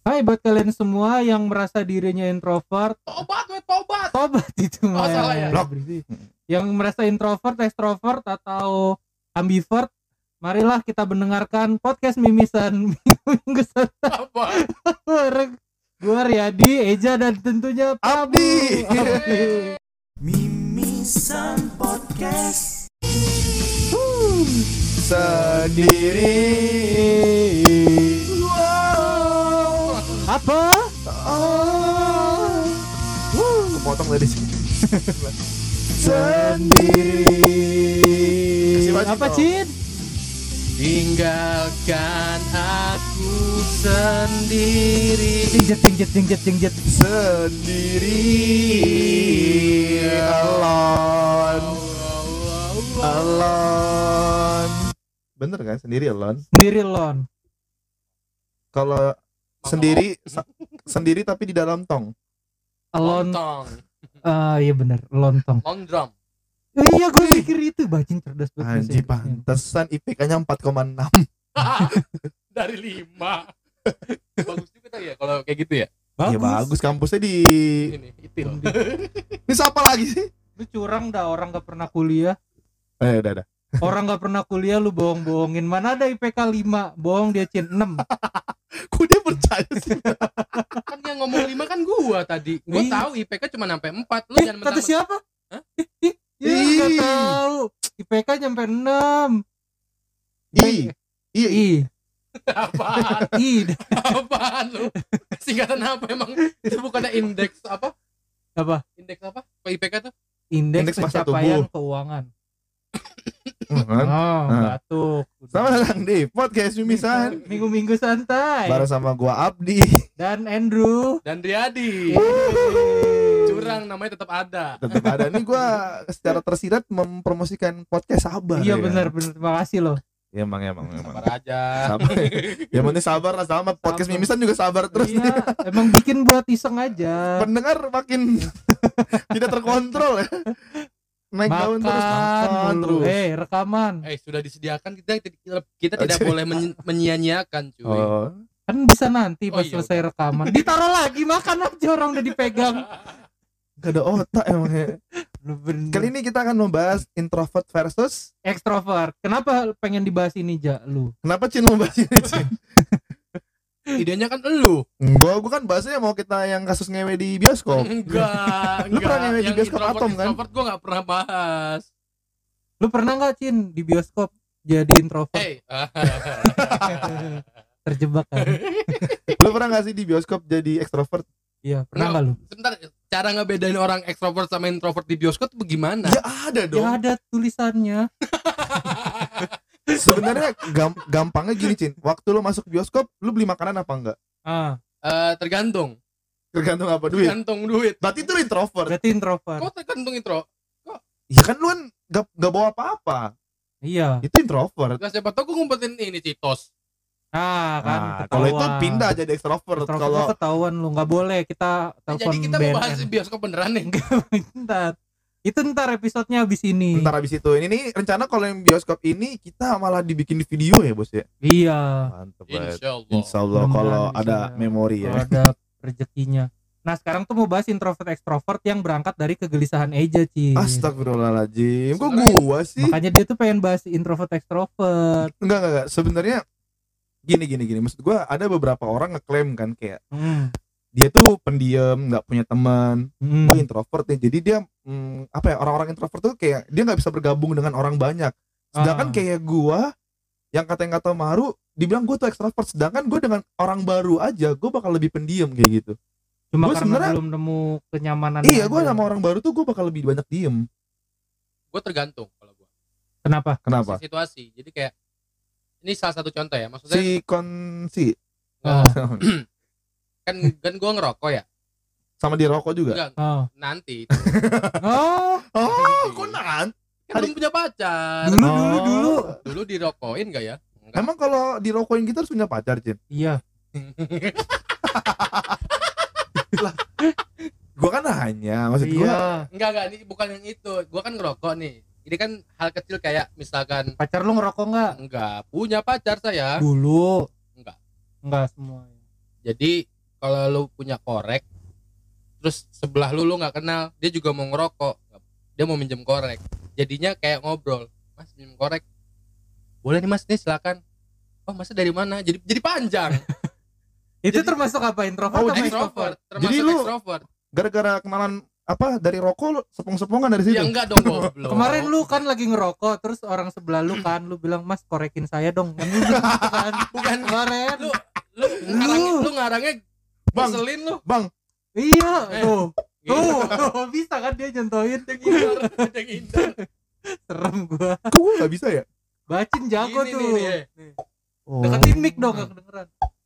Hai buat kalian semua yang merasa dirinya introvert, Tobat. tobat itu mah salah ya? bersih. Yang merasa introvert, extrovert atau ambivert, marilah kita mendengarkan podcast Mimisan Minggu Santai Apa? bareng gua Riyadi, Eja dan tentunya Prabu. Abdi. Mimisan Podcast. Sendiri. Apa? Kepotong dari sini. Sendiri. Kasih baju Apa dong. Cid? Tinggalkan aku sendiri. Jengjet. Sendiri. Alone. Bener kan? Sendiri alone. Sendiri lon. Kalau sendiri tapi di dalam tong. Alon. Lontong. Iya bener, lontong. Long drum. Iya gue mikir itu bacin cerdas banget. Anjir, pantesan IPK-nya 4,6. Dari 5. Bagus juga tuh ya kalau kayak gitu ya. Ya bagus kampusnya di. Ini itil. Ini siapa lagi sih? Lu curang dah, orang gak pernah kuliah. Udah. Orang gak pernah kuliah lu bohong-bohongin. Mana ada IPK 5, bohong dia Cin 6. Kok dia percaya sih? Kan yang ngomong 5 kan gua tadi. Gua Iya. tahu IPK cuma sampai 4. Lu jangan Kata siapa? Hah? Ya gak tahu. IPK nyampe 6. Iya. I. Apaan? I. Apaan lu? Singkatan apa emang? Itu bukannya indeks apa? Apa? Indeks apa? Kok IPK tuh? Indeks masa pencapaian tubuh. keuangan. Kan? Oh, Nah. batuk. Selamat datang di podcast Mimisan Minggu-minggu santai. bareng sama gua Abdi. Dan Andrew. Dan Riyadi. Curang namanya tetap ada. Tetap ada nih gua secara tersirat mempromosikan podcast Sabar. Iya ya. benar. Terima kasih loh. Ya emang. Sabar aja. Sabar. Yang penting sabar lah sama podcast Sabar. Mimisan juga sabar terus nih. Iya, emang bikin buat iseng aja. Pendengar makin tidak terkontrol ya. Naik daun terus makan dulu. terus. Rekaman. Sudah disediakan, kita tidak boleh menyia-nyiakan cuy. Oh. Kan bisa nanti pas Oh, iya, selesai rekaman. Ditaruh lagi, makan aja, orang udah dipegang. Gak ada otak emang ya. Lu bener. Kali ini kita akan membahas introvert versus. Extrovert. Kenapa pengen dibahas ini, Ja, lu? Kenapa Cin membahas ini Cin? Idenya kan elu. Gua kan bahasanya mau kita yang kasus ngewe di bioskop. Enggak. Lu pernah nyewe di Yang bioskop introvert- Atom, kan? Introvert gua enggak pernah bahas. Lu pernah nggak, Cin, di bioskop jadi introvert? Terjebak kan? Lu pernah gak sih di bioskop jadi ekstrovert? Iya, pernah nggak lu? Sebentar, cara ngebedain orang ekstrovert sama introvert di bioskop tuh bagaimana? Ya ada dong. Ya ada tulisannya. Sebenarnya gampangnya gini Cin. Waktu lu masuk bioskop, lu beli makanan apa enggak? Tergantung Tergantung apa duit. duit. Berarti itu lu introvert. Berarti introvert. Kok tergantung intro? Iya kan lu kan gak bawa apa-apa. Iya. Itu introvert. Gak siapa tau gue ngumpetin ini Citos. Nah, kan Nah, kalau itu pindah jadi ekstrovert. Kalau ketahuan lu, nggak boleh kita telepon Jadi kita mau bahas BNN. bioskop beneran nih. Bentar. Itu ntar episodenya abis ini. ntar habis itu ini nih rencana kalau yang bioskop ini kita malah dibikin di video ya bos ya. Iya. Mantep banget. Insyaallah. Insyaallah kalau Mudah-mudahan ada bisa. memori ya. Kalau ada rezekinya. Nah sekarang tuh mau bahas introvert extrovert yang berangkat dari kegelisahan Eja, Ci. Astagfirullahaladzim. Kok gua sih? Makanya dia tuh pengen bahas introvert extrovert. Enggak. Sebenarnya gini. Maksud gua ada beberapa orang ngeklaim kan kayak dia tuh pendiam, nggak punya teman. Gue introvert nih. Jadi dia apa ya, orang-orang introvert tuh kayak dia nggak bisa bergabung dengan orang banyak. Sedangkan kayak gua yang katanya nggak tahu maru, dibilang gue tuh ekstrovert. Sedangkan gue dengan orang baru aja, gue bakal lebih pendiam kayak gitu. Cuma Gua karena sebenarnya- belum nemu kenyamanan. Iya, gue sama orang baru tuh gue bakal lebih banyak diem. Gue tergantung kalau gue. Kenapa? Kenapa? Situasi. Jadi kayak ini salah satu contoh ya. Maksudnya Si Oh. kan gue ngerokok ya. sama dia rokok juga. Enggak, Oh. nanti. Oh. Oh, kok nanti? Kan belum punya pacar. Dulu. Dulu dirokokin enggak ya? Enggak. Emang kalau dirokokin kita harus punya pacar, Cin? Iya. Gue kan nanya, maksud gue. Iya. Enggak, ini bukan yang itu. Gua kan ngerokok nih. Ini kan hal kecil kayak misalkan Pacar lu ngerokok nggak? enggak punya pacar saya. Dulu. Enggak. Enggak semua. Jadi kalau lu punya korek, terus sebelah lu nggak kenal, dia juga mau ngerokok, dia mau minjem korek, jadinya kayak ngobrol, mas minjem korek, boleh nih mas, nih silakan. Oh masnya dari mana? Jadi panjang. Itu Jadi- termasuk apa, introvert Oh, apa jadi extrovert? Termasuk Jadi lu- extrovert. Gara-gara kenalan apa dari rokok lu sepong-sepongan dari situ. Ya enggak dong goblok. Kemarin lu kan lagi ngerokok, terus orang sebelah lu kan, lu bilang mas korekin saya dong, kan lu gitu kan. bukan Kemarin. lu ngarangnya Bang. ngeselin lu. Bang, Iya, tuh. Gitu. Tuh, bisa kan dia nyentuhin. Ada yang ngindar. Serem gua. kok gue gak bisa ya? Bacin jago Gini tuh. nih. Nih. Oh. Deketin mic dong, gak kedengeran.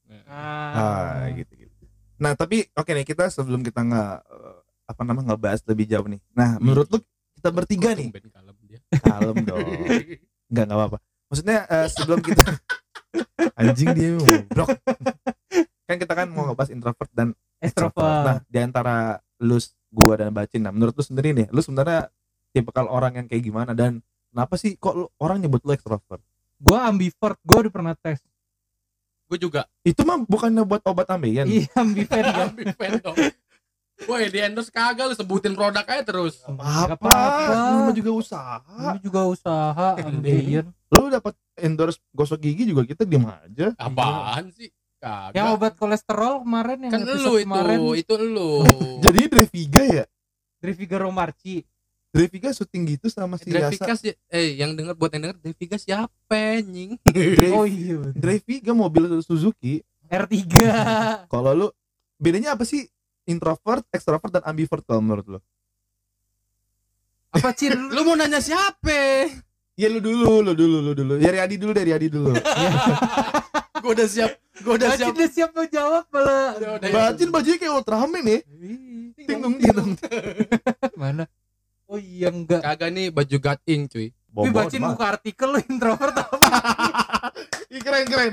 Gitu. Nah, tapi oke nih, kita sebelum kita ngebahas lebih jauh nih. Nah, menurut lu kita bertiga nih, Tumben kalem dia. kalem dong. Enggak apa-apa. Maksudnya sebelum kita anjing dia goblok. Kan kita kan mau ngebahas introvert dan extrovert. Nah, Extrovert. di antara lu, gua dan Bacin, nah menurut lu sendiri nih, lu sebenarnya tipikal orang yang kayak gimana dan kenapa sih kok orang nyebut lu extrovert? Gua ambivert, gua udah pernah tes. Gue juga. Itu mah bukannya buat obat ambeien. Iya, ambivert kan. Fan dong. Woi di endorse kagak, lu sebutin produk aja terus. Nggak Apa? apa-apa. Nama juga usaha. Ini juga usaha ambeien. Lu dapat endorse gosok gigi juga kita diem aja. Apaan sih? Kagak. Yang obat kolesterol kemarin yang Kan episode lu kemarin itu lu. Jadi Dreviga ya? dari Figaro Marci. Dreviga syuting gitu sama si Drevika Yasa. yang denger buat yang denger Drevika siapa anjing? Oh iya bener. Dreviga mobil Suzuki. R3. Kalau lu bedanya apa sih introvert, extrovert dan ambivert kalau menurut lu? Apa Cin? Lu mau nanya siapa? Ya lu dulu. Dari Adi dulu. Gue udah siap. Bacin udah siap mau jawab malah. Udah, Bacin bajunya kayak Ultraman nih. Tingung. Mana? Oh iya enggak. Kagak nih baju gating cuy. Tapi Bacin buka artikel lu introvert apa? Ih, keren.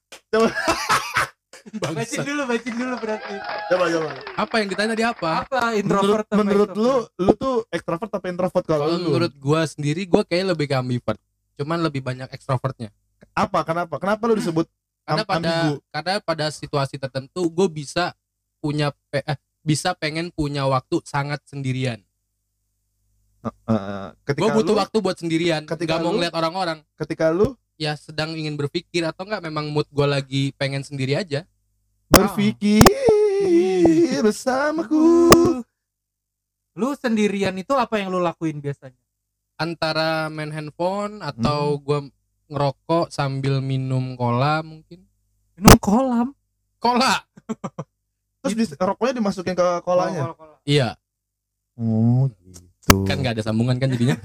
Bacin dulu berarti. Coba. Apa yang ditanya di apa? Apa introvert apa Menurut extrovert? lu tuh extrovert apa introvert kalau Kalau lu? menurut gua sendiri gua kayak lebih ke ambivert. Cuman lebih banyak ekstrovertnya. Apa? Kenapa lu disebut ambigu? Karena pada situasi tertentu gue bisa pengen punya waktu sangat sendirian. Ketika Gue butuh lu, waktu buat sendirian, ketika nggak mau lu- ngeliat orang-orang. ketika lu Ya sedang ingin berpikir atau enggak memang mood gue lagi pengen sendiri aja. berpikir bersamaku. Lu sendirian itu apa yang lu lakuin biasanya? Antara main handphone atau gue ngerokok sambil minum cola mungkin. Minum kolam. Cola. Terus rokoknya dimasukin ke kolanya. Kolam. Iya, Oh gitu. kan nggak ada sambungan kan jadinya.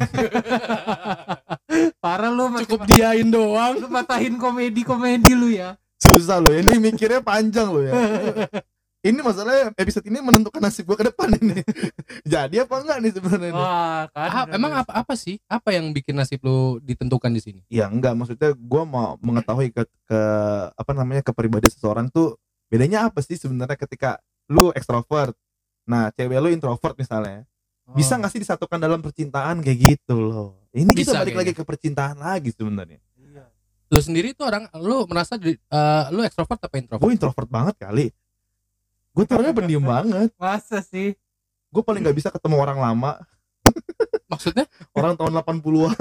Parah lu masih Cukup diain doang. lu patahin komedi lu ya. Susah loh. Ini mikirnya panjang loh ya. Ini masalahnya episode ini menentukan nasib gua ke depan ini. Jadi apa enggak nih sebenarnya? nih? Wah, kan. Emang apa sih? Apa yang bikin nasib lu ditentukan di sini? Ya enggak, maksudnya gua mau mengetahui ke apa namanya kepribadian seseorang tuh bedanya apa sih sebenarnya ketika lu ekstrovert. Nah, cewek lu introvert misalnya. Bisa nggak sih disatukan dalam percintaan kayak gitu loh. Ini kita Bisa balik kayaknya. lagi ke percintaan lagi sebenarnya. Iya. Lu sendiri tuh lu merasa lu ekstrovert apa introvert? Gue introvert banget kali. Gue tuh orangnya pendiam banget. Masa sih? Gue paling nggak bisa ketemu orang lama, Maksudnya orang tahun 80-an.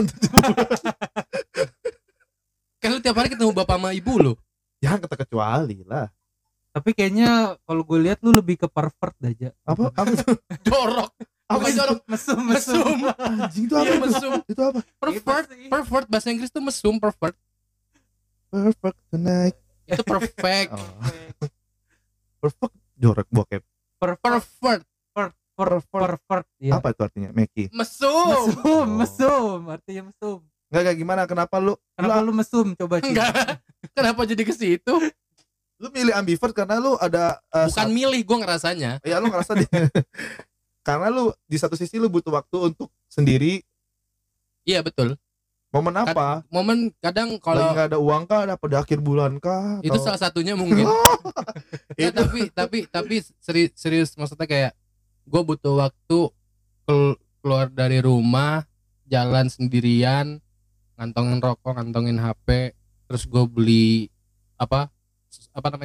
kan lu tiap hari ketemu bapak sama ibu lu. Ya kita kecuali lah. Tapi kayaknya kalau gue lihat lu lebih ke pervert aja. Apa tuh? Jorok. Apa Bukan sih? jorok, Mesum. mesum. Anjing itu apa? Iya itu? mesum. Itu apa? Pervert, Gitu sih. pervert bahasa Inggris tuh mesum, pervert. Perfect tonight. Itu perfect. Oh. Perfect jorok bokep. Pervert, Pervert. Iya. Apa itu artinya? Meki. mesum. Mesum. Artinya mesum. Enggak gimana? Kenapa lu Kenapa lu mesum? Coba Cin. Enggak. Kenapa jadi ke situ? lu milih ambivert karena lu ada Bukan milih, gue ngerasanya. ya lu ngerasa di karena lu di satu sisi lu butuh waktu untuk sendiri. Iya betul. Momen apa? Momen kadang Lagi kalau nggak ada uang kah? Ada pada akhir bulan kah? itu Atau- salah satunya mungkin. Ya, Itu. tapi serius maksudnya kayak gue butuh waktu keluar dari rumah, jalan sendirian, ngantongin rokok, ngantongin HP, terus gue beli apa namanya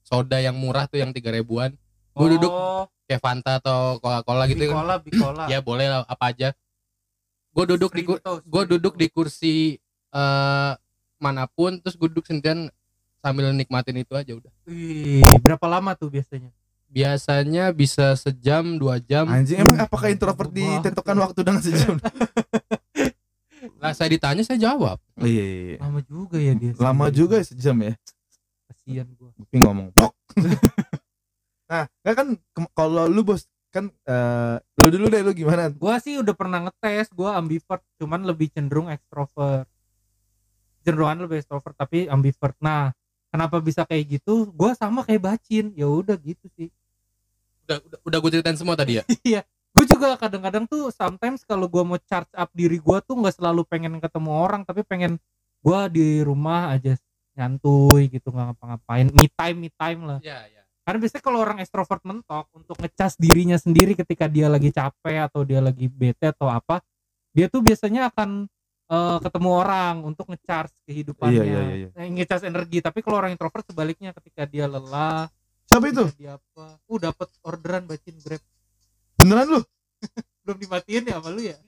soda yang murah tuh yang 3 ribuan. Gue duduk kayak Fanta atau Coca-Cola gitu kan. Bicola. Ya boleh lah apa aja. Gue duduk di kursi manapun, terus gue duduk sendirian sambil nikmatin itu aja udah. Wih, berapa lama tuh biasanya? Biasanya bisa sejam 2 jam. Anjing, emang apakah introvert ditentukan waktu dengan sejam? Lah saya ditanya saya jawab. Iya. Lama juga ya dia. Lama juga ya, sejam ya. Kasian gua. Tapi ngomong pok. Nah, kan kalau lu bos kan lu dulu deh, lu gimana? Gua sih udah pernah ngetes, gua ambivert, cuman lebih cenderung ekstrovert. Cenderungan lebih ekstrovert tapi ambivert. Nah, kenapa bisa kayak gitu? Gua sama kayak Bacin. Ya udah gitu sih. Udah gue ceritain semua tadi ya. Iya. Gue juga kadang-kadang tuh sometimes kalau gua mau charge up diri gua tuh nggak selalu pengen ketemu orang, tapi pengen gua di rumah aja nyantuy gitu, nggak ngapa-ngapain. Me time lah. Iya. Karena biasanya kalau orang ekstrovert mentok untuk ngecas dirinya sendiri ketika dia lagi capek atau dia lagi bete atau apa, dia tuh biasanya akan ketemu orang untuk ngecharge kehidupannya, Iya. ngecas energi. Tapi kalau orang introvert sebaliknya, ketika dia lelah, Siapa itu? dia apa? Dapat orderan Bacin Grab. Beneran lu? Belum dimatiin ya sama lu ya?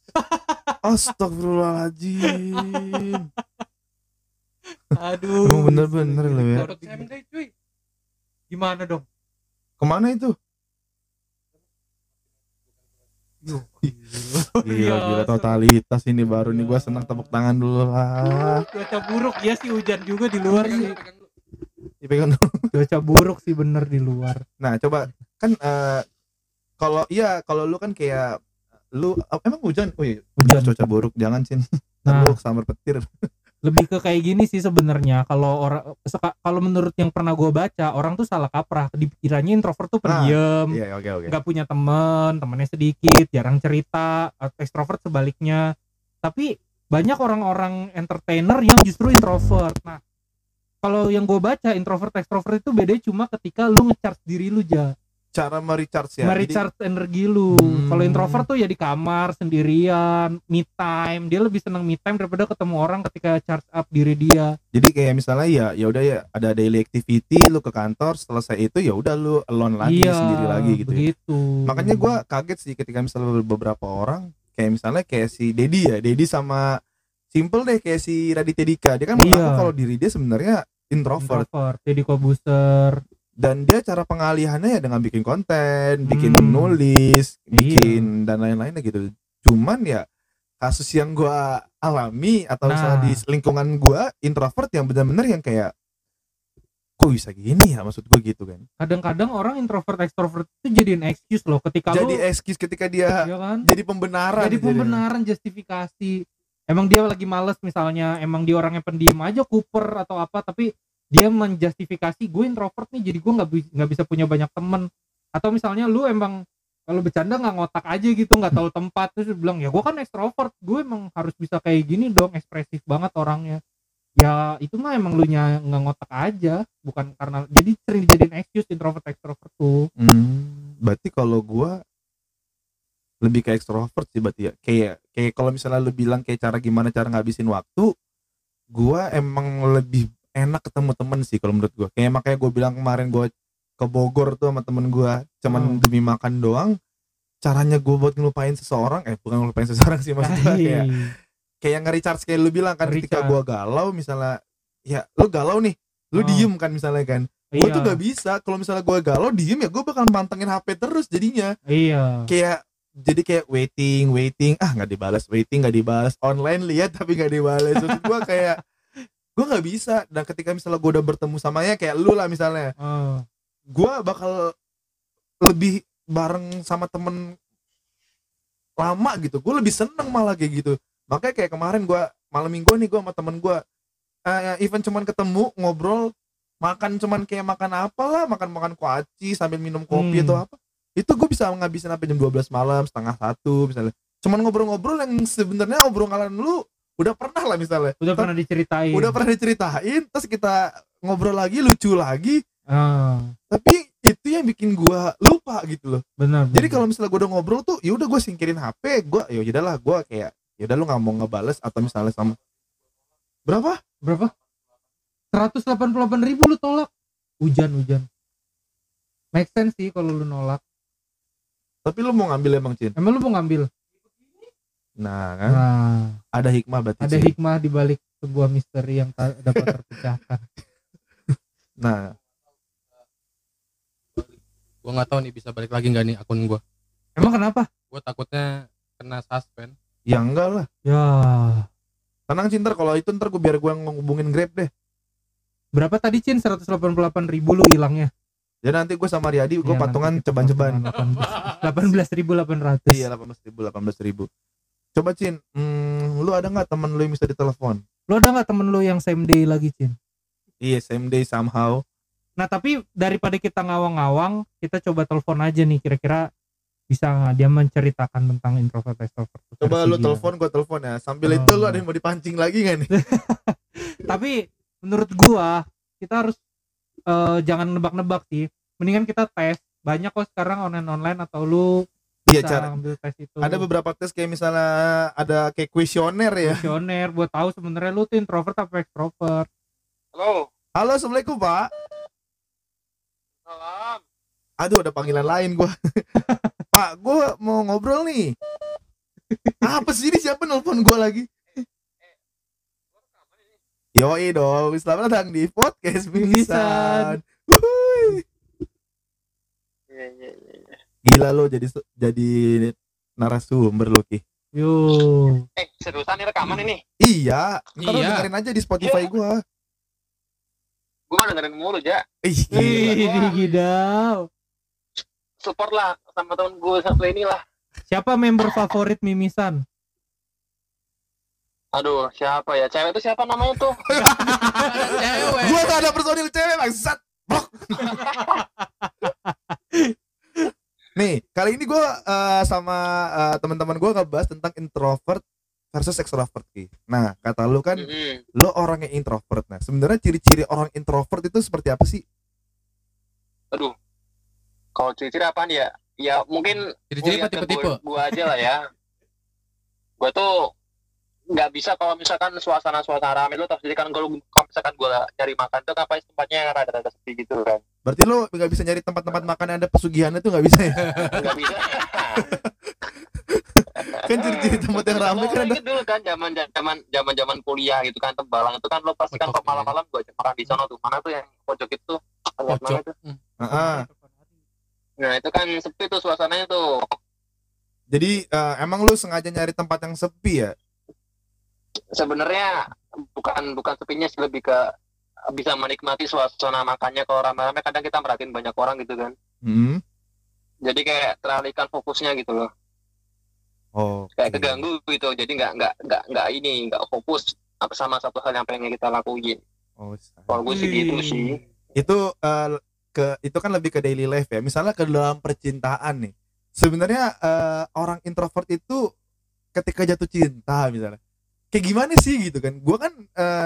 Astagfirullahaladzim. Aduh. Emang bener-bener lu ya. Dapat Semday cuy. Gimana dong? Kemana itu? Gila totalitas ini baru nih, gua senang, tepuk tangan dulu lah. Cuaca buruk ya sih, hujan juga di luar sih. Dipegang dulu. Cuaca buruk sih bener di luar. Nah, coba kan kalau lu kan kayak lu emang hujan? Oh iya, Hujan. cuaca buruk, jangan Cin. Nah. Lu samar petir. Lebih ke kayak gini sih sebenarnya. Kalau menurut yang pernah gue baca, orang tuh salah kaprah, dikiranya introvert tuh pendiam, Iya, oke. nggak punya temennya sedikit, jarang cerita. Extrovert sebaliknya. Tapi banyak orang-orang entertainer yang justru introvert. Nah, kalau yang gue baca, introvert extrovert itu bedanya cuma ketika lu ngecharge diri lu aja, Cara merecharge ya. merecharge energi lu. Kalau introvert tuh ya di kamar sendirian, me time. Dia lebih senang me time daripada ketemu orang ketika charge up diri dia. Jadi kayak misalnya ya udah ya, ada daily activity, lu ke kantor, selesai itu ya udah lu alone lagi, sendiri lagi gitu. Begitu. Ya. Makanya gua kaget sih ketika misalnya beberapa orang kayak misalnya kayak si Dedi sama simple deh kayak si Raditya Dika, dia kan mengaku kalau diri dia sebenarnya introvert. Deddy Kobuser. Dan dia cara pengalihannya ya dengan bikin konten, bikin nulis, bikin dan lain-lainnya gitu. Cuman ya kasus yang gua alami atau misalnya di lingkungan gua introvert yang benar-benar yang kayak kok bisa gini ya, maksud gua gitu kan. Kadang-kadang orang introvert extrovert itu jadiin excuse loh ketika excuse ketika dia ya kan? jadi pembenaran. Jadi pembenaran, justifikasi. Emang dia lagi males misalnya, emang dia orangnya pendiam aja, kuper atau apa, tapi dia menjustifikasi gue introvert nih, jadi gue nggak bisa punya banyak temen. Atau misalnya lu emang kalau bercanda nggak ngotak aja gitu, nggak tahu tempat, terus bilang ya gue kan ekstrovert, gue emang harus bisa kayak gini dong, ekspresif banget orangnya. Ya itu mah emang lu nya nggak ngotak aja, bukan karena, jadi sering dijadiin excuse introvert extrovert tuh. Berarti kalau gue lebih ke ekstrovert sih berarti ya. Kayak kalau misalnya lu bilang kayak gimana cara ngabisin waktu, gue emang lebih enak ketemu temen sih kalau menurut gue. Kayak makanya gue bilang kemarin gue ke Bogor tuh sama temen gue cuman demi makan doang. Caranya gue buat ngelupain seseorang, bukan ngelupain seseorang sih, maksud gue kayak nge-recharge kayak lu bilang kan, ketika gue galau misalnya, ya lu galau nih, lu diem kan misalnya kan, gue tuh gak bisa. Kalau misalnya gue galau diem ya gue bakal mantengin HP terus jadinya. Kayak waiting, nggak dibalas, online lihat tapi nggak dibalas. Maksud gue kayak gue nggak bisa. Dan ketika misalnya gue udah bertemu samanya kayak lu lah misalnya, gue bakal lebih bareng sama temen lama gitu, gue lebih seneng malah kayak gitu. Makanya kayak kemarin gue malam minggu nih, gue sama temen gue even cuman ketemu ngobrol, makan cuman kayak makan apalah, makan kuaci sambil minum kopi atau apa, itu gue bisa ngabisin sampai jam 12 malam, setengah 1 misalnya, cuman ngobrol-ngobrol yang sebenarnya obrolan lu udah pernah lah misalnya, udah pernah diceritain, terus kita ngobrol lagi, lucu lagi, tapi itu yang bikin gue lupa gitu loh. Benar. Jadi kalau misalnya gue udah ngobrol tuh, ya udah gue singkirin HP, gue ya udahlah, gue kayak ya udah lu nggak mau ngebales, atau misalnya sama berapa 188.000 lu tolak. Hujan. Make sense sih kalau lu nolak. Tapi lu mau ngambil emang, Cin? Emang lu mau ngambil? Nah kan, Nah, ada hikmah berarti. ada Cin. hikmah di balik sebuah misteri yang dapat terpecahkan. Nah, Gua nggak tahu nih bisa balik lagi nggak nih akun gua. Emang kenapa? Gua takutnya kena suspend. ya enggak lah. Ya, Tenang, Cin, ntar kalau itu ntar biar gue ngehubungin Grab deh. berapa tadi Cin? 188.000 lu hilangnya. Ya nanti gue sama Riyadi gue Iya, patungan nanti kita ceban-ceban. patungan 18.800. Iya, 18.000. Coba, Cin, lu ada nggak temen lu yang bisa ditelepon? Lu ada nggak temen lu yang same day lagi, Cin? Iya, same day somehow. Nah, tapi daripada kita ngawang-ngawang, kita coba telepon aja nih, kira-kira bisa nggak dia menceritakan tentang introvert extrovert. Coba versi lu dia. telepon, gue telepon ya. Sambil Oh. itu lu ada yang mau dipancing lagi nggak nih? Tapi menurut gua kita harus jangan nebak-nebak sih. Mendingan kita tes. Banyak kok sekarang online atau lu Iya, bisa cara. ambil tes itu. Ada beberapa tes kayak misalnya ada kayak kuesioner ya. kuesioner buat tahu sebenarnya lu tuh introvert apa extrovert. Halo. Halo, assalamualaikum Pak. Salam. Aduh, ada panggilan lain gua. Pak, gua mau ngobrol nih. Apa sih ini, siapa nelpon gua lagi? Yoi dong, selamat datang di podcast Mimisan. Wuhui. Iya. Gila lo jadi narasumber lo, Ki. Yo. Seriusan ini rekaman ini? Iya, ntar lo Iya. dengerin aja di Spotify gua. Gue mah dengerin mulu aja. Ih, gila. Ih, gidau. Support lah sama temen gue satu inilah. Siapa member favorit Mimisan? Aduh, siapa ya? Cewek itu siapa namanya tuh? Cewek. Gua gak ada personil cewek, bangsat. Blok. Nih, kali ini gua sama teman-teman gua ngebahas tentang introvert versus extrovert, Ki. Nah, kata lu kan lo orang yang introvert. Nah, sebenarnya ciri-ciri orang introvert itu seperti apa sih? Aduh. Kalau ciri-ciri apaan ya? Ya mungkin Ciri-ciri apa tipe-tipe? gue aja lah ya. Gue tuh nggak bisa kalau misalkan suasana rame lu tahu sendiri kan, kalau misalkan gue nyari makan tuh apa tempatnya rada-rada sepi gitu kan. Berarti lo nggak bisa nyari tempat-tempat makan yang ada pesugihannya tuh nggak bisa ya? Nggak bisa. Kan ciri-ciri tempat yang ramai kan ada. Ingat dulu kan zaman kuliah gitu kan, Tembalang itu kan lo pasti kan kalau malam-malam gue ajak makan di sana tuh. Mana tuh yang pojok itu? Mana Pojok. tuh? Heeh. Nah itu kan sepi tuh suasananya tuh. Jadi emang lu sengaja nyari tempat yang sepi ya? Sebenarnya bukan sepinya sih, lebih ke bisa menikmati suasana makannya. Kalau rame-rame kadang kita merhatiin banyak orang gitu kan, jadi kayak teralihkan fokusnya gitu loh, Oh. kayak keganggu gitu, jadi nggak fokus sama satu hal yang pengen kita lakuin. Oh. Kalau gue sih gitu sih. Itu itu kan lebih ke daily life ya. Misalnya ke dalam percintaan nih. Sebenarnya orang introvert itu ketika jatuh cinta misalnya, kayak gimana sih gitu kan? Gua kan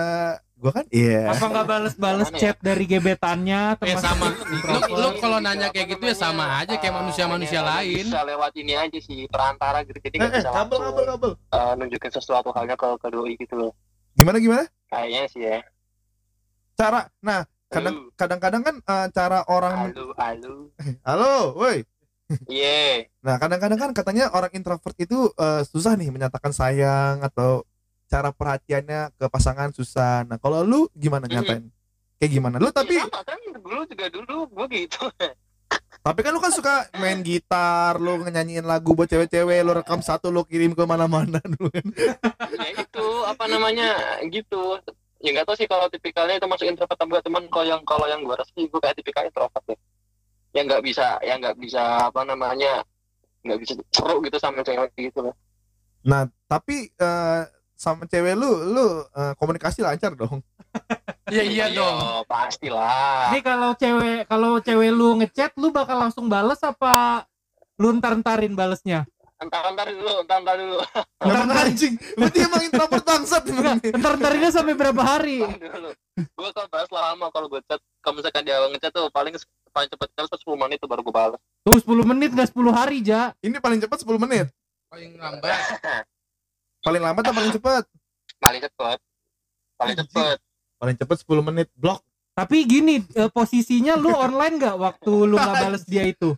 iya. Apa nggak bales-bales Gimana ya? chat dari gebetannya Ya termasuk sama. introvert? Lu kalau nanya kayak gitu ya sama aja kayak manusia-manusia lain. Bisa lewat ini aja sih, perantara gitu, jadi nggak bisa kabel. langsung nunjukin sesuatu halnya ke doi gitu loh. Gimana? Kayaknya sih ya. Cara kadang-kadang kan cara orang halo, woi. Iya. Nah, kadang-kadang kan katanya orang introvert itu susah nih menyatakan sayang atau cara perhatiannya ke pasangan susah. Nah, kalau lu gimana nyatain? Kayak gimana? Lu tapi Ya, sama kan dulu gue gitu. Tapi kan lu kan suka main gitar, lu nyanyiin lagu buat cewek-cewek, lu rekam satu lu kirim ke mana-mana dulu kan. Ya itu apa namanya gitu. Ya nggak tahu sih kalau tipikalnya itu masuk introvert atau enggak, teman. Kalau yang gue rasa sih gue kayak tipikal introvert deh. Yang nggak bisa apa namanya, nggak bisa seru gitu sama cewek gitu loh. Nah, tapi sama cewek lu komunikasi lancar dong. Iya dong. Pastilah. Ini kalau cewek lu ngechat, lu bakal langsung bales apa lu ntar-ntarin balesnya? Entar dulu. Emang anjing, berarti emang introvert bangsat emang. Ntar-ntarinnya sampai berapa hari? Dulu. Gue kalau balas lama, kalau gue chat, kalau misalkan dia ngechat tuh paling cepat 10 menit tuh baru gue balas. Tuh 10 menit gak 10 hari, Ja. Ini paling cepat 10 menit. Paling lambat. Paling lambat atau paling cepat? Paling cepet. Paling cepat 10 menit blok. Tapi gini, posisinya lu online nggak waktu lu nggak bales dia itu?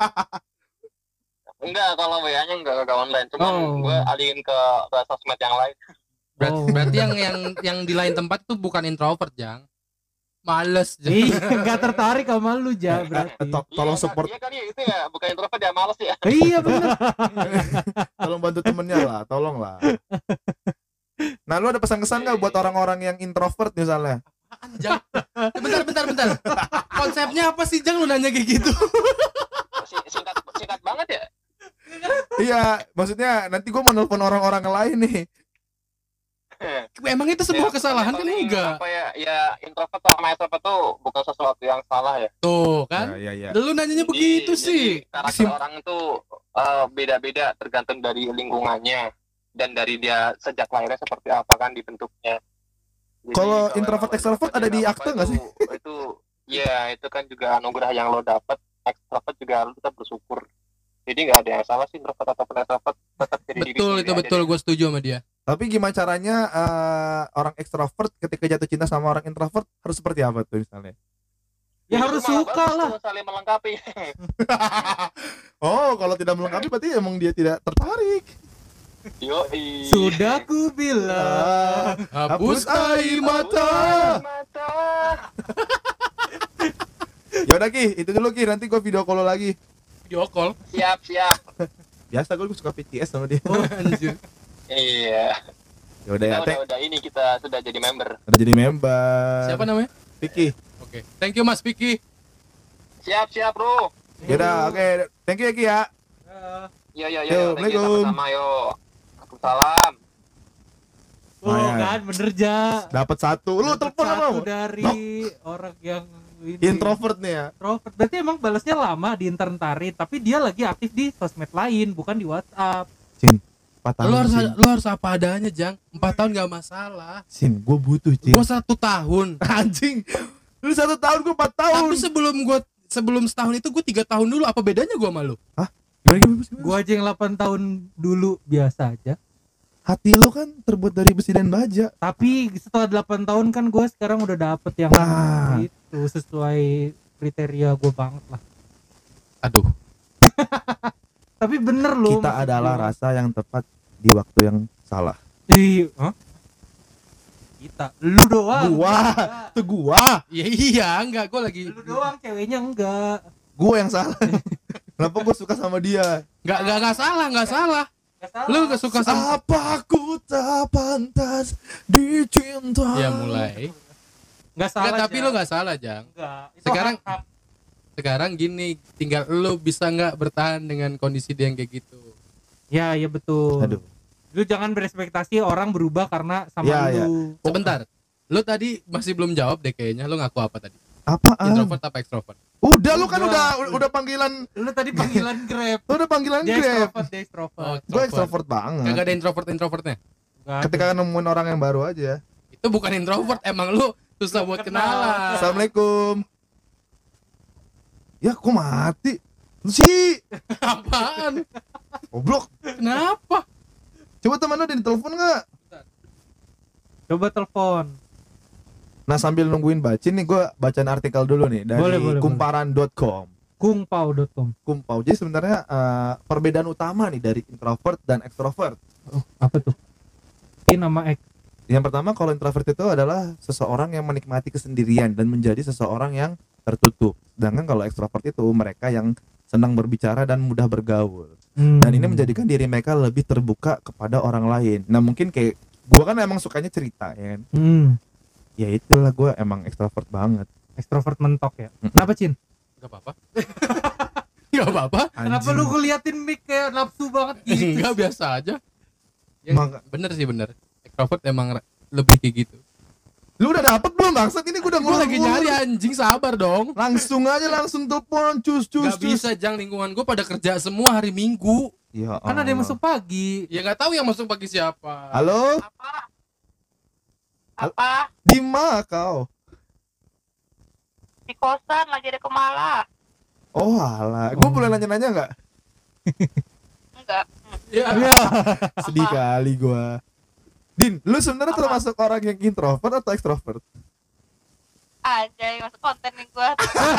Enggak, kalau WA-nya enggak online. Cuman Oh. gue alihin ke sosmed yang lain. Oh. Berarti yang di lain tempat itu bukan introvert, Jang. Males, Jang. Iya, nggak tertarik sama lu Ja berarti. Tolong Iya, support, Iya kali ya, itu ya, bukan introvert ya, males ya. Iya bener. tolong bantu temennya lah, tolong lah. Nah, lu ada pesan-kesan nggak buat orang-orang yang introvert misalnya? Apaan, Jang? Bentar. Konsepnya apa sih, Jang, lu nanya kayak gitu? Singkat banget ya. Iya, maksudnya nanti gue mau nelpon orang-orang lain nih. Emang itu sebuah kesalahan kan paling enggak? Apa ya introvert sama extrovert tuh bukan sesuatu yang salah ya. Tuh, kan? Ya. Lu nanyanya begitu sih. Karakter orang itu beda-beda tergantung dari lingkungannya dan dari dia sejak lahirnya seperti apa kan dibentuknya. Jadi, Kalau yang introvert extrovert ada di apa akte nggak sih? Itu ya itu kan juga anugerah yang lo dapat. Extrovert juga lo tetap bersyukur. Jadi nggak ada yang salah sih introvert atau extrovert, tetap jadi diri Betul, sendiri itu aja betul, deh. gue setuju sama dia. Tapi gimana caranya orang extrovert ketika jatuh cinta sama orang introvert harus seperti apa tuh misalnya? Ya Itu harus malah suka bagus lah. tuh, saling melengkapi. Oh, kalau tidak melengkapi berarti emang dia tidak tertarik. Yoi. Sudah ku bilang. Hapus air mata. Mata. Ya udah Ki, itu dulu Ki, nanti gue video call lo lagi. Video call. Siap. Biasa gue suka PCS sama dia. Oh, anjir. Iya. Ya udah ya, Udah ini kita sudah jadi member. udah jadi member. Siapa namanya? Vicky. Oke. Thank you, Mas Vicky. Siap, Bro. Ya udah, oke. Thank you ya Ki ya. Yo. Yo, Thank you Assalamualaikum. sama-sama yo. Waalaikumsalam. Oh Lumayan. kan bener Ja. Dapat satu. Lu Dapet telepon satu apa? dari orang yang ini. Introvert nih ya. Introvert. Berarti emang balasnya lama di Internetari, tapi dia lagi aktif di sosmed lain, bukan di WhatsApp. 4 tahun. Lu harus apa adanya, Jang. 4 tahun gak masalah. Sin, gue butuh Cin. Gua 1 tahun. Anjing. Lu 1 tahun, gue 4 tahun. Tapi sebelum setahun itu gue 3 tahun dulu. Apa bedanya gua sama lu? Gimana? Gua aja yang 8 tahun dulu biasa aja. Hati lu kan terbuat dari besi dan baja. Tapi setelah 8 tahun kan gue sekarang udah dapet yang Nah. itu sesuai kriteria gue banget lah. Aduh. Tapi bener loh. Kita maksud adalah gua. rasa yang tepat di waktu yang salah. Hah? Kita, lu doang. Gua. Enggak. Itu gua. Iya, enggak. Gua lagi Lu doang, ceweknya enggak. Gua yang salah. Kenapa gue suka sama dia? enggak salah. Enggak salah. Lu gak suka sama Apa aku tak pantas dicinta? Ya mulai. Enggak salah. Enggak, tapi Jang. lu enggak salah, Jang. Enggak. Itu Sekarang- hak-hak. Sekarang gini, tinggal lu bisa nggak bertahan dengan kondisi dia yang kayak gitu. Ya, ya betul. Aduh. Lu jangan berekspektasi orang berubah karena sama Ya, ya. lu. Sebentar. Lu tadi masih belum jawab deh kayaknya. Lu ngaku apa tadi? Apaan? Introvert apa extrovert? Udah lu kan Udah. udah panggilan. Lu tadi panggilan Grab. Lu udah panggilan Dia Grab. extrovert, dia extrovert. Gue extrovert banget. Kagak ada introvertnya. Enggak ada. Ketika nemuin orang yang baru aja. Itu bukan introvert, emang lu susah buat kenalan. Assalamualaikum. Ya kok mati? Lu sih Apaan? goblok. Kenapa? Coba teman lu ada di telepon nggak? Coba telepon. Nah sambil nungguin bacin nih, gue bacaan artikel dulu nih dari Boleh. kumparan.com. Kungpau.com. Kumpau. Jadi sebenarnya perbedaan utama nih dari introvert dan extrovert. Apa tuh? Ini nama X. Yang pertama, kalau introvert itu adalah seseorang yang menikmati kesendirian dan menjadi seseorang yang tertutup. Sedangkan kalau extrovert itu mereka yang senang berbicara dan mudah bergaul. Dan ini menjadikan diri mereka lebih terbuka kepada orang lain. Nah mungkin kayak gue kan emang sukanya cerita ya kan. Ya itulah, gue emang extrovert banget. Extrovert mentok ya. Mm-mm. Kenapa, Cin? Gak apa-apa. Gak apa-apa. Kenapa lu ngeliatin mic kayak nafsu banget gitu? Enggak, biasa aja. Ya, Maka- bener sih, bener. Extrovert emang lebih kayak gitu. Lu udah dapet belum bangsat? Ini gue udah Gue lagi nyari, anjing, sabar dong. Langsung telepon cus. Gak bisa, Jang. Lingkungan gue pada kerja semua hari Minggu. Ya Kan ada yang Allah. masuk pagi. Ya gak tahu yang masuk pagi siapa. Halo, Apa? di mana kau? Di kosan lagi ada Kemala. Oh alah, gue boleh nanya-nanya nggak? Enggak. Ya. Iya. Sedih kali gue. Din, lu sebenarnya termasuk orang yang introvert atau extrovert? Anjay, masuk konten nih gua.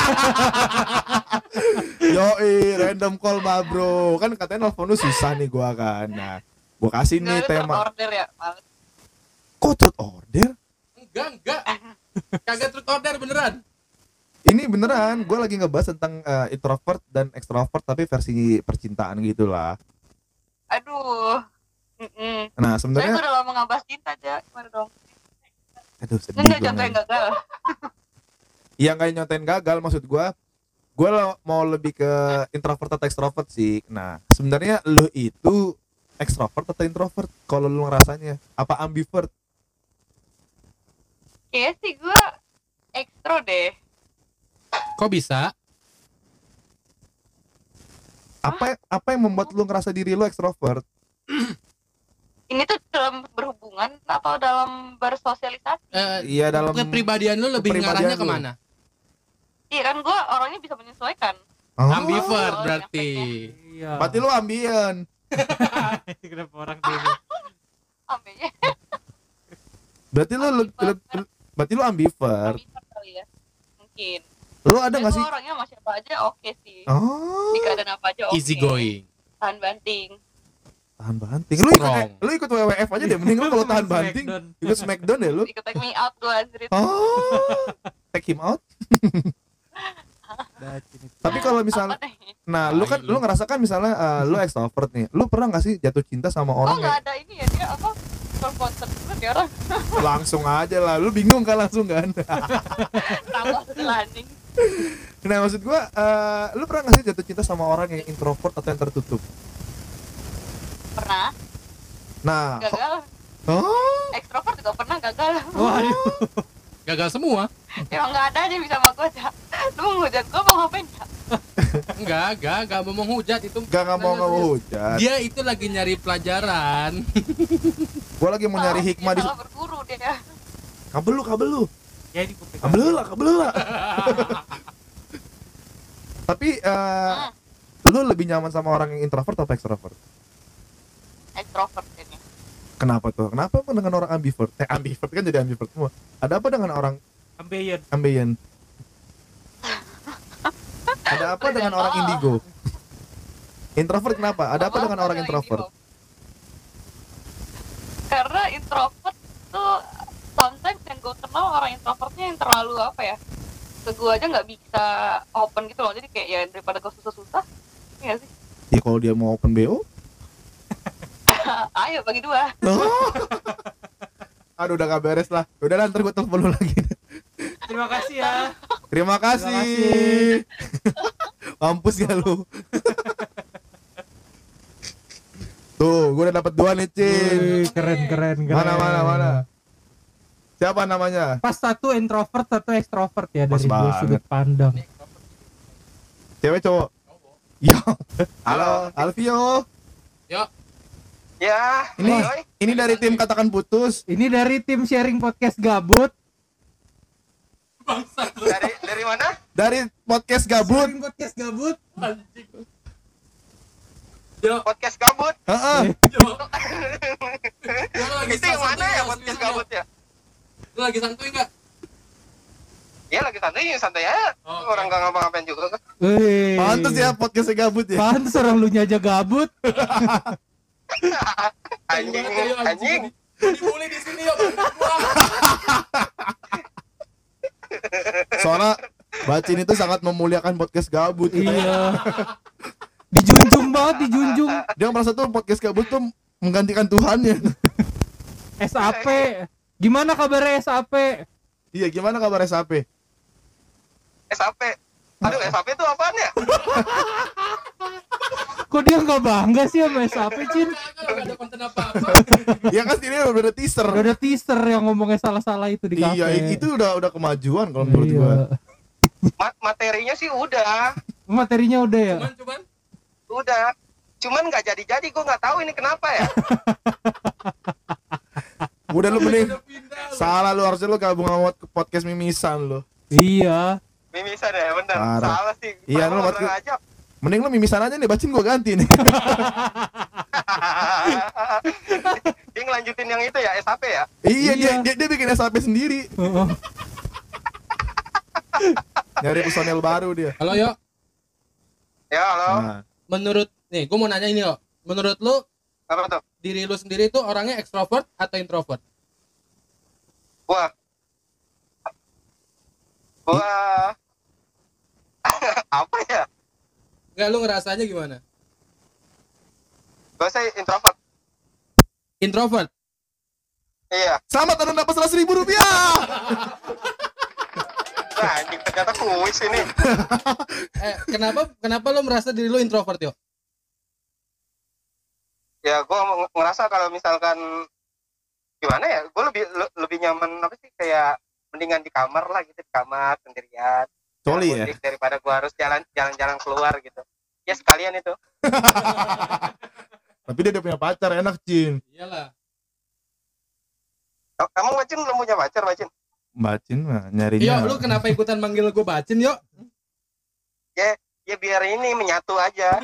Yoi, random call mah bro. Kan katanya nelfon lu susah nih gua kan. Nah, gua kasih nih Nggak ada tema. order ya, males. Kok truth order? Enggak. Kagak truth order beneran. Ini beneran, gua lagi ngebahas tentang introvert dan extrovert tapi versi percintaan gitu lah. Aduh. Nah, Saya sebenarnya udah lama nggak bahas cinta aja, gimana dong? aduh sedih Enggak gua contoh yang nih. gagal. Yang kayak nyontain gagal maksud gua mau lebih ke introvert atau extrovert sih. Nah, sebenarnya lu itu extrovert atau introvert kalau lu ngerasanya? Apa ambivert? Kayaknya sih gua ekstro deh. Kok bisa? Apa yang membuat lu ngerasa diri lu extrovert? Ini tuh dalam berhubungan atau dalam bersosialisasi? Iya, dalam Kepribadian lu lebih kepribadian ngarahnya lu. kemana? Iya kan gua orangnya bisa menyesuaikan. Oh, Ambivert Oh, berarti. Iya. berarti lu ambien. Kenapa orang gitu? Ambenya Berarti berarti lu ambivert. ambivert kali ya. Mungkin. Lu ada enggak Gua sih? orangnya sama siapa aja oke sih. Oh, Di keadaan apa aja oke. Easy going. Tahan banting. tahan banting. Lu ikut WWF aja deh, mending lu kalau tahan banting ikut Smackdown deh lu. Ikut take me out gua anjir. Oh, take him out. Tapi kalau misalnya, Apa deh? nah lu kan lu ngerasakan misalnya lu extrovert nih, lu pernah nggak sih jatuh cinta sama Oh orang nggak ada ini ya dia apa? Konsen banget ya orang. langsung aja lah, lu bingung kan langsung kan? Tambah setelah anjing. Nah maksud gua, lu pernah nggak sih jatuh cinta sama orang yang introvert atau yang tertutup? Pernah Nah, gagal. oh, Ekstrovert juga pernah gagal. Waduh. Gagal semua. Emang nggak ada aja bisa sama gua aja. Lu mau hujat gua mau ngapain ya? Enggak mau menghujat itu. nggak mau ngehujat. Dia itu lagi nyari pelajaran. Gua lagi mau nyari hikmah di Salah berguru dia. kabel lu. Ya di kuping. Kabel lah. Tapi lu lebih nyaman sama orang yang introvert atau extrovert? Ekstrovert ini. Kenapa tuh? Kenapa dengan orang ambivert? Ambivert kan jadi ambivert semua. Ada apa dengan orang Ambeien. ambien? Ada apa dengan orang indigo? Introvert kenapa? Ada apa dengan orang introvert? Karena introvert tuh sometimes yang gue kenal orang introvertnya yang terlalu apa ya? Ke gue aja nggak bisa open gitu loh. Jadi kayak ya daripada gue susah-susah, iya sih. Ya kalau dia mau open BO? Ayo bagi dua. Aduh udah gak beres lah. Udah lah, ntar gue telepon lu lagi. Terima kasih ya. Terima kasih. Mampus ya lu. Tuh, gue udah dapat 2 nih, Cin. Wih, keren. Mana? Siapa namanya? Pas satu introvert, satu extrovert ya Pas dari dua banget. sudut pandang. Cewek cowok? Ya. Halo, Alvio. Yuk. Ya, Ini dari tim Katakan Putus. Ini dari tim sharing podcast gabut. dari mana? Dari podcast Gabut. Sharing podcast gabut. Podcast gabut. Heeh. Itu yang mana ya podcast gabut ya? Lu lagi santuy enggak? Ya lagi santai aja. Oke. Orang gak ngapa-ngapain juga kan. Wih. Pantes ya podcastnya Gabut ya. Pantes orang lu aja gabut. Anjing. Dibully di sini yuk. Soalnya Bacin itu sangat memuliakan podcast Gabut. Iya. Dijunjung banget, dijunjung. Dia merasa tuh podcast Gabut tuh menggantikan Tuhannya. SAP. Gimana kabarnya SAP? Iya, gimana kabar SAP? SAP. Aduh, SAP itu apaan ya? Kok dia nggak bangga sih sama SAP, Cin? Enggak ada konten apa-apa. Ya kan ini udah ada teaser. Udah ada teaser yang ngomongnya salah-salah itu di kafe. Iya, itu udah kemajuan kalau menurut Iya. gua. Materinya sih udah. Materinya udah ya? Cuman Udah. Cuman nggak jadi-jadi, gue nggak tahu ini kenapa ya. Udah lu mending udah pindah lu. salah lu, harusnya lu gabung sama podcast Mimisan lu. Iya. Mimisan ya, bener. Parah. Salah sih. Iya, Kenapa lu nggak buat- pernah ngajak? Mending lu Mimisan aja nih, Bacin gua ganti nih. Dia ngelanjutin yang itu ya, SAP ya. Iya, Iya. dia bikin SAP sendiri. Heeh. Nyari personel baru dia. Halo yo, Ya, halo. Nah, menurut nih, gue mau nanya ini yo. Menurut lu Apa tuh? diri lu sendiri itu orangnya ekstrovert atau introvert? Gua. Apa ya? Enggak, lu ngerasanya gimana? Gua sih introvert. Introvert. Iya. selamat Anda dapat 100.000 rupiah. Nah, anjing ternyata kuis ini. Kenapa lu merasa diri lu introvert yo? Ya, gua ngerasa kalau misalkan gimana ya? Gua lebih nyaman apa sih, kayak mendingan di kamar lah gitu, di kamar sendirian. Coli ya. Mudik daripada gua harus jalan-jalan keluar gitu. Ya sekalian itu. Tapi dia udah punya pacar, enak Cin. Iyalah. Kamu Bacin belum punya pacar, Bacin? Bacin mah Yo, nyarinya. lu kenapa ikutan manggil gue bacin yo? Ya biar ini menyatu aja.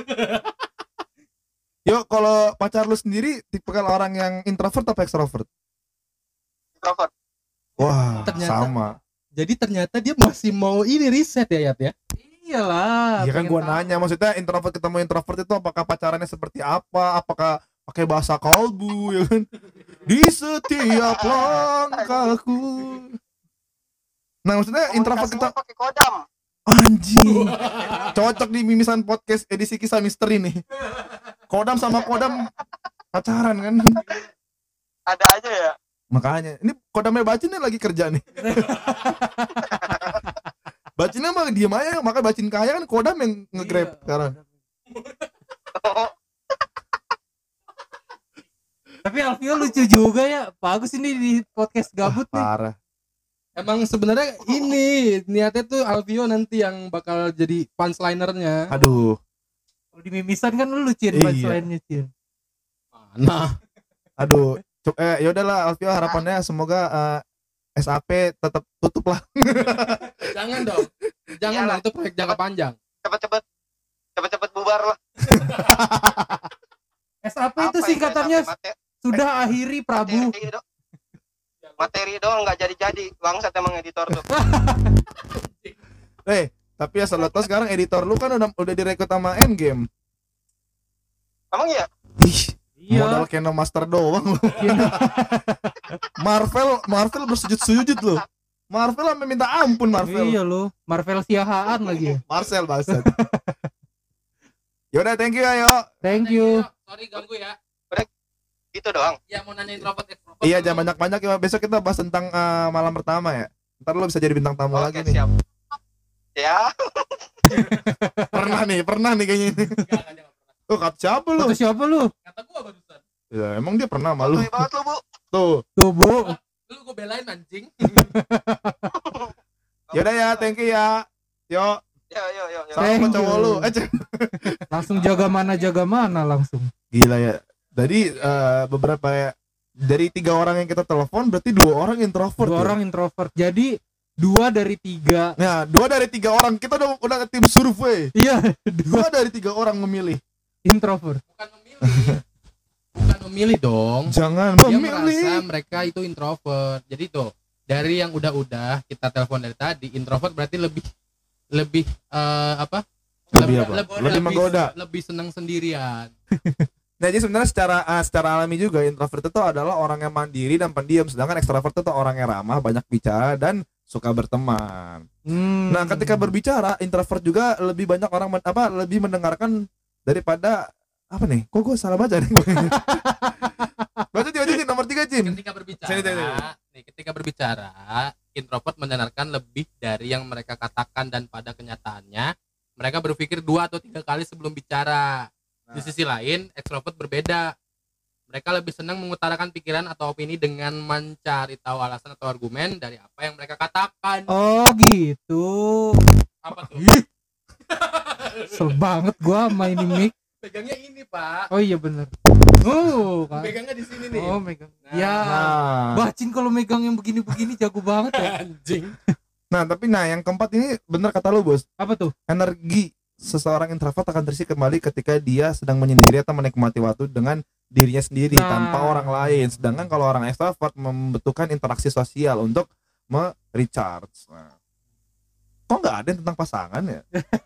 Yuk, kalau pacar lu sendiri tipikal orang yang introvert atau extrovert? Introvert. Wah, Ternyata. sama. Jadi ternyata dia masih mau ini riset ya Yat ya? Iyalah. Iya kan pengen gua tahu. nanya, maksudnya introvert ketemu introvert itu apakah pacarannya seperti apa? Apakah pakai bahasa kalbu ya kan? Di setiap langkahku. Nah, maksudnya introvert kita Komunikasinya pakai kodam. anjing. Cocok di mimisan podcast edisi kisah misteri nih. Kodam sama kodam pacaran kan. Ada aja ya. Makanya, ini kodamnya Bacin nih lagi kerja nih. Bacinnya mah diem aja, makanya Bacin kaya kan kodam yang nge-grab Iya. sekarang. Tapi Alvio lucu juga ya. Bagus ini di podcast gabut nih. Parah. Emang sebenarnya ini niatnya tuh Alvio nanti yang bakal jadi punchlinernya. Aduh. Kalau di mimisan kan lu Cin, Iya. punchline-nya Cin. Mana? Aduh. Ya udahlah Alvio, harapannya semoga SAP tetap tutup lah. Jangan dong. Jangan Iyalah. dong, itu proyek jangka panjang. Cepet-cepet bubar lah. SAP Apa itu singkatannya sudah akhiri Prabu. Materi doang nggak jadi-jadi. Bangsat emang editor tuh. Tapi ya lo tau sekarang editor lu kan udah direkrut sama Endgame. Emang iya? Ih, Iya. modal Keno Master doang lu. Marvel bersujud-sujud lu. Marvel sampai minta ampun Marvel. Iya lo, Marvel Siahaan lagi. Marcel bangsat. Yaudah, thank you ya, yo. Thank you. Sorry ganggu ya. Gitu doang. Ya mau nanya introvert extrovert. Iya, jangan banyak-banyak ya. Besok kita bahas tentang malam pertama ya. Ntar lu bisa jadi bintang tamu lagi Oke, nih. siap. Ya, Pernah nih kayaknya ini. Tuh, kata siapa lu? Kata siapa lu? Kata gua barusan. Ya, emang dia pernah malu. Santuy banget lu, Bu. Tuh. Tuh Bu. Lu gua belain anjing. Yaudah ya, thank you ya. Yo, Yo. salam buat Thank cowok you. lu. Langsung jaga mana langsung. Gila ya. Jadi beberapa ya, dari 3 orang yang kita telepon berarti 2 orang introvert. Dua ya? orang introvert. Jadi 2 dari 3. Nah, 2 dari 3 orang kita udah tim survei. Iya, 2 dari 3 orang memilih. introvert. Bukan memilih. Bukan memilih dong. Jangan Dia merasa memilih. mereka itu introvert. Jadi tuh dari yang udah kita telepon dari tadi, introvert berarti lebih Lebih apa? Lebih menggoda. Lebih senang sendirian. Nah, jadi sebenarnya secara alami juga introvert itu adalah orang yang mandiri dan pendiam, sedangkan ekstrovert itu orang yang ramah, banyak bicara dan suka berteman. Nah, ketika berbicara, introvert juga lebih banyak orang lebih mendengarkan daripada apa nih? Kok gue salah baca nih? Baca Cin, nomor 3 Cin. Ketika berbicara, Sini. ketika berbicara, introvert mendengarkan lebih dari yang mereka katakan dan pada kenyataannya mereka berpikir 2 atau 3 kali sebelum bicara. Di sisi lain, ekstrovert berbeda. Mereka lebih senang mengutarakan pikiran atau opini dengan mencari tahu alasan atau argumen dari apa yang mereka katakan. Oh gitu. Apa tuh? Kesel banget gua sama ini mic. Pegangnya ini, Pak. Oh iya bener. Oh kan. Pegangnya di sini nih. Oh megang. Nah. Ya. Nah, Bacin kalau megang yang begini-begini jago banget ya. Anjing. tapi yang keempat ini bener kata lu, Bos. Apa tuh? Energi seseorang introvert akan terisi kembali ketika dia sedang menyendiri atau menikmati waktu dengan dirinya sendiri Nah. tanpa orang lain. Sedangkan kalau orang ekstrovert membutuhkan interaksi sosial untuk recharge. Nah, kok nggak ada yang tentang pasangan ya.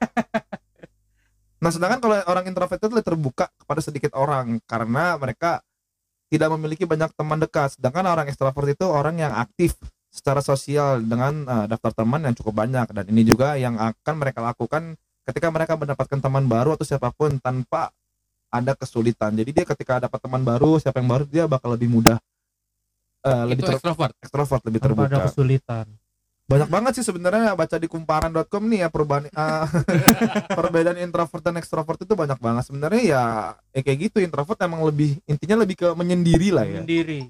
Nah sedangkan kalau orang introvert itu lebih terbuka kepada sedikit orang karena mereka tidak memiliki banyak teman dekat, sedangkan orang ekstrovert itu orang yang aktif secara sosial dengan daftar teman yang cukup banyak, dan ini juga yang akan mereka lakukan ketika mereka mendapatkan teman baru atau siapapun tanpa ada kesulitan. Jadi dia ketika dapat teman baru, siapa yang baru, dia bakal lebih mudah lebih Itu ekstrovert. lebih Tanpa ada terbuka. kesulitan. Banyak banget sih sebenarnya, baca di kumparan.com nih ya perbanding perbedaan introvert dan ekstrovert itu banyak banget sebenarnya ya. Kayak gitu, introvert emang lebih intinya lebih ke menyendiri lah ya. Sendiri.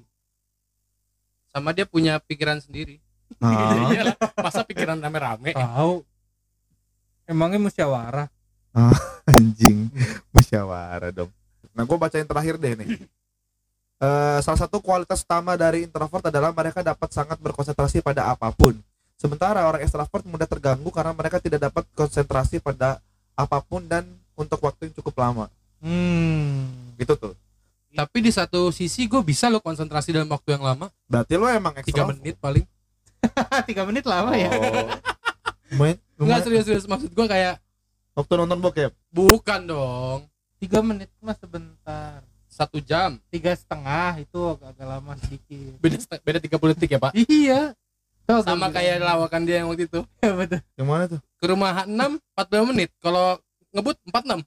Sama dia punya pikiran sendiri. Nah, Iyalah, masa pikiran rame-rame. Tahu. Emangnya musyawarah. anjing, musyawarah dong. Nah gue baca yang terakhir deh nih. Salah satu kualitas utama dari introvert adalah mereka dapat sangat berkonsentrasi pada apapun. Sementara orang ekstrovert mudah terganggu karena mereka tidak dapat konsentrasi pada apapun dan untuk waktu yang cukup lama. Gitu tuh. Tapi di satu sisi gue bisa loh konsentrasi dalam waktu yang lama. Berarti lo emang 3 ekstrovert. menit paling. 3 menit lama ya. Lumayan, Enggak, lumayan. serius maksud gue kayak Waktu nonton bokep. bukan dong. 3 menit mah sebentar. 1 jam. 3,5 itu agak lama sedikit. Beda 30 detik ya Pak. Iya. Tuh, Sama kayak lawakan dia yang waktu itu. ya, betul. Yang mana tuh? Ke rumah 6 14 menit. Kalau ngebut 46.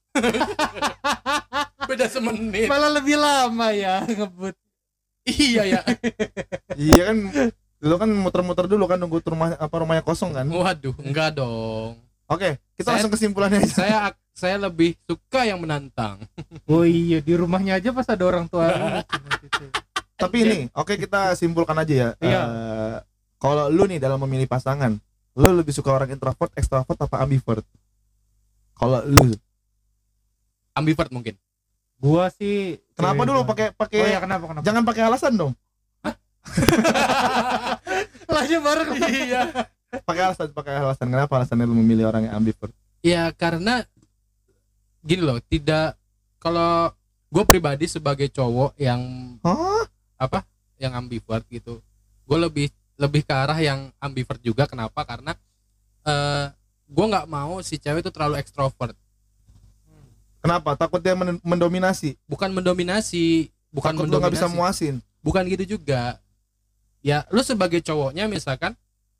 Beda semenit. Malah lebih lama ya ngebut. Iya ya. Iya kan, lo kan muter-muter dulu kan nunggu rumahnya kosong kan. Waduh, enggak dong. Oke, kita Saya- langsung kesimpulannya aja. Saya lebih suka yang menantang. Oh iya, di rumahnya aja pas ada orang tua. Tapi ini, oke kita simpulkan aja ya. Iya. Kalau lu nih dalam memilih pasangan, lu lebih suka orang introvert, extrovert apa ambivert? Kalau lu, Ambivert mungkin. Gua sih kenapa cewek dulu gua. pakai Oh ya, kenapa? jangan pakai alasan dong. Lahnya bareng. Iya. Pakai alasan. Kenapa alasannya lu memilih orang yang ambivert? Ya karena gini loh, tidak, kalau gue pribadi sebagai cowok yang Hah? yang ambivert gitu, gue lebih ke arah yang ambivert juga. Kenapa? Karena gue nggak mau si cewek itu terlalu ekstrovert. Kenapa? Takut dia mendominasi. Bukan mendominasi, bukan Takut lu nggak bisa mendominasi, muasin. bukan gitu juga. Ya lu sebagai cowoknya misalkan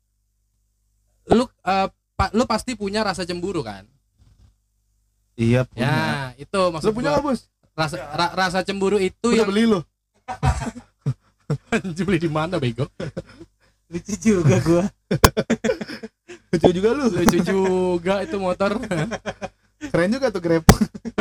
lu pasti punya rasa cemburu kan. Iya punya. Ya itu Lu maksud punya gua. nggak bos? Rasa cemburu itu Udah yang beli lu. beli di mana bego. Lucu juga gua. Lucu juga lu. Lucu juga itu motor. Keren juga tuh Grab.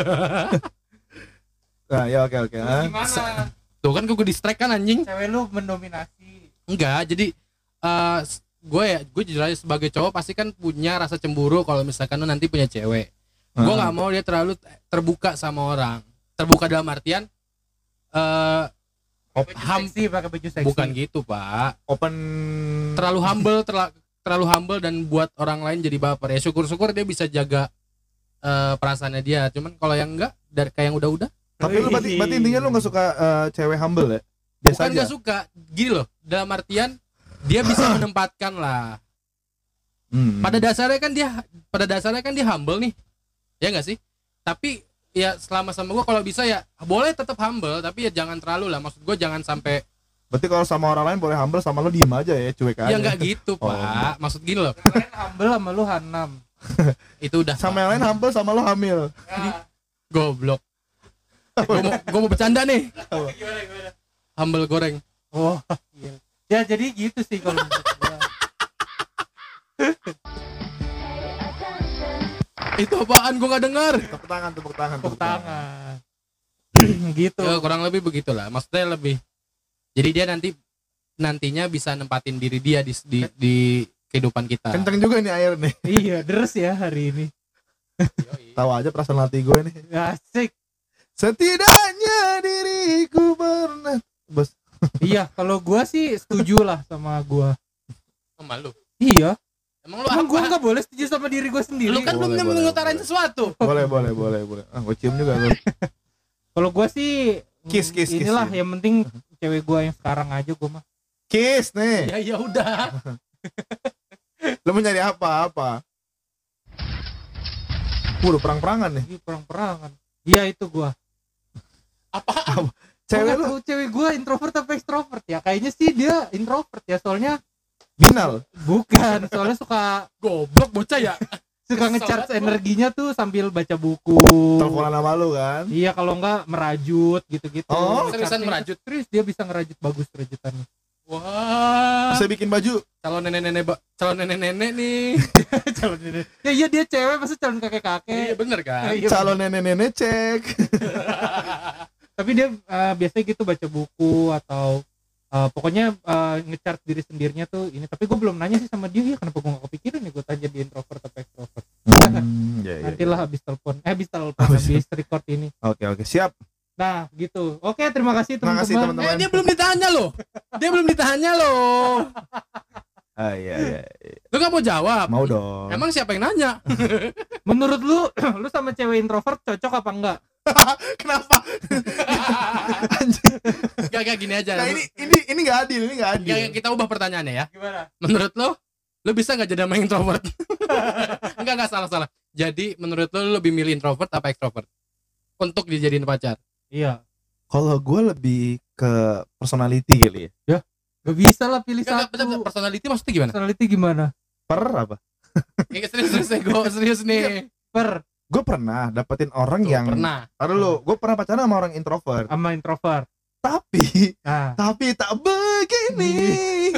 Nah ya oke. Gimana? Tuh kan gue distract kan anjing. Cewek lu mendominasi. Enggak, jadi gue jujur aja sebagai cowok pasti kan punya rasa cemburu kalau misalkan lu nanti punya cewek. Gue nggak mau dia terlalu terbuka sama orang. Terbuka dalam artian Seksi, pakai baju seksi. bukan gitu pak. Open. Terlalu humble, terlalu humble dan buat orang lain jadi baper. Ya syukur-syukur dia bisa jaga perasaannya dia. Cuman kalau yang enggak, dari kayak yang udah-udah, Tapi lu berarti intinya lu nggak suka cewek humble ya? Biasa bukan aja. nggak suka. Gini loh, dalam artian dia bisa menempatkan lah. Pada dasarnya kan dia humble nih, ya nggak sih? Tapi ya selama sama gue kalau bisa ya boleh tetap humble, tapi ya jangan terlalu lah. Maksud gue jangan sampai Berarti kalau sama orang lain boleh humble, sama lu diem aja ya, cuek aja. ya nggak gitu Oh. pak. Maksud gini loh, Kalian humble sama lu hanam. itu udah Sama yang lain humble, sama lu hamil. goblok. Gue mau bercanda nih. Gimana? Humble goreng. Oh, iya. Ya jadi gitu sih kalau menurut gua. Itu apaan? Gue nggak dengar. Tepuk tangan. Tepuk tangan. Gitu. Ya, kurang lebih begitulah. Maksudnya lebih. Jadi dia nantinya bisa nempatin diri dia di kehidupan kita. Kenceng juga nih air nih. Iya, deres ya hari ini. Tahu aja perasaan hati gue nih. Asik. Setidaknya diriku pernah. Bos. Iya, kalau gua sih setuju lah sama gua. Sama lu. Iya. Emang lu Emang gua apa? nggak boleh setuju sama diri gua sendiri. Lu kan Boleh, belum boleh, mengutarain boleh. sesuatu. Boleh. Ah, gue cium juga lu. Kalau gua sih Kiss. inilah yang penting cewek gua yang sekarang aja gua mah. Kiss nih. Ya udah. Lu mau nyari apa? Udah perang-perangan nih. Iya, perang-perangan. Iya itu gua. Cewek Gua nggak lu tahu cewek gua introvert apa extrovert ya? Kayaknya sih dia introvert ya, soalnya binal. bukan, soalnya suka Goblok bocah ya. ngecharge energinya tuh sambil baca buku. Teleponan sama lu kan. Iya, kalau enggak merajut gitu-gitu. Oh, seriusan Ngecharge- merajut? Terus dia bisa ngerajut bagus rajutannya. Wah. Bisa bikin baju. Calon nenek-nenek nih. Calon nenek. Ya iya dia cewek, masa calon Iya kakek-kakek. bener kan? Iya. Calon nenek-nenek cek. Tapi dia biasanya gitu baca buku atau pokoknya nge-charge diri sendirinya tuh ini. Tapi gue belum nanya sih sama dia, ya kenapa gue gak kepikiran nih gue tanya dia introvert atau extrovert. Nantilah habis telepon, habis record ini. Oke, siap. Nah gitu. Oke, terima kasih Terima kasih, teman-teman. teman-teman. Dia belum ditanya loh. Dia belum ditanya loh. Iya. Lu gak mau jawab? Mau dong. Emang siapa yang nanya? Menurut lu, lu sama cewek introvert cocok apa enggak? Kenapa? Gak gini aja. Nah, ini enggak adil, ini enggak adil. Gak, kita ubah pertanyaannya ya. Gimana? Menurut lo bisa nggak jadi sama introvert? Enggak salah. Jadi menurut lo lebih milih introvert apa extrovert untuk dijadiin pacar? Iya. Kalau gue lebih ke personality kali ya. Gak bisa lah pilih Enggak, satu. personality maksudnya gimana? Personality gimana? Per apa? Serius nih. Gue pernah dapetin orang Tuh, yang pernah. Taruh lu, gue pernah pacaran sama orang introvert. Sama introvert. Tapi Nah, tak begini.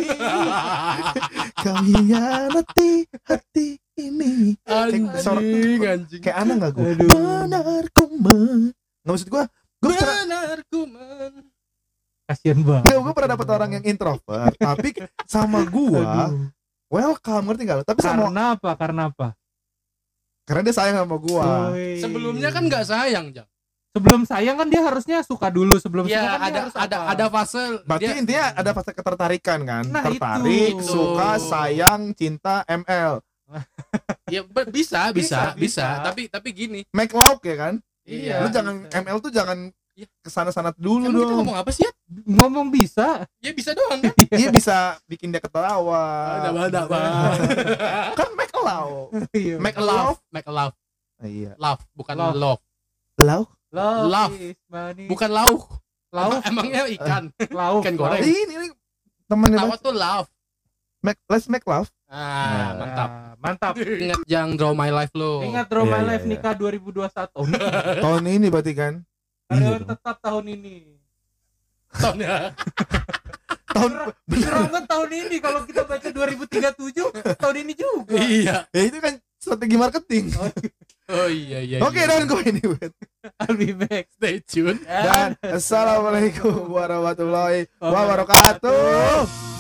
Kau hianati hati ini. Anjing. Kayak aneh gak gue? Aduh. Benar ku nggak, maksud gue pernah, Benar ku kasian banget. gue pernah dapet orang yang introvert, tapi sama gue Aduh. welcome, ngerti gak lo? Tapi sama Karena apa? karena dia sayang sama gue. Woi. Sebelumnya kan nggak sayang, Jang. Sebelum sayang kan dia harusnya suka dulu. Sebelum Iya, suka kan dia harus ada apa? fase Berarti dia- intinya ada fase ketertarikan kan? Nah, Tertarik, itu. suka, sayang, cinta, ML, ya bisa, Bisa. tapi gini. make love ya kan? Iya. Lu jangan bisa. ML tuh jangan Iya. kesana-sana dulu Emang kita dong. ngomong apa sih ya? Ngomong bisa. Ya bisa doang kan? Iya bisa bikin dia ketawa. Ada. Kan make love. Iya. Make Love, love. make a love. Iya. Love, bukan Love. love. Love. Love. is money. Bukan lauh. Lauk. Emangnya ikan. Lauk. Ikan goreng. Ini temannya Tawa tuh love. let's make love. Ah, mantap. Mantap. Ingat Jang Draw My Life lo. Ingat Draw Iya, My iya, Life iya. nikah 2021. Oh, ini Tahun ini berarti kan? karyawan dong. tetap tahun ini. Tahunnya. Tahun Bener banget tahun ini, kalau kita baca 2037 tahun ini juga. Iya. ya itu kan strategi marketing. Oh iya. Oke, dan gue ini buat. I'll be back. Stay tune. Dan assalamualaikum warahmatullahi wabarakatuh.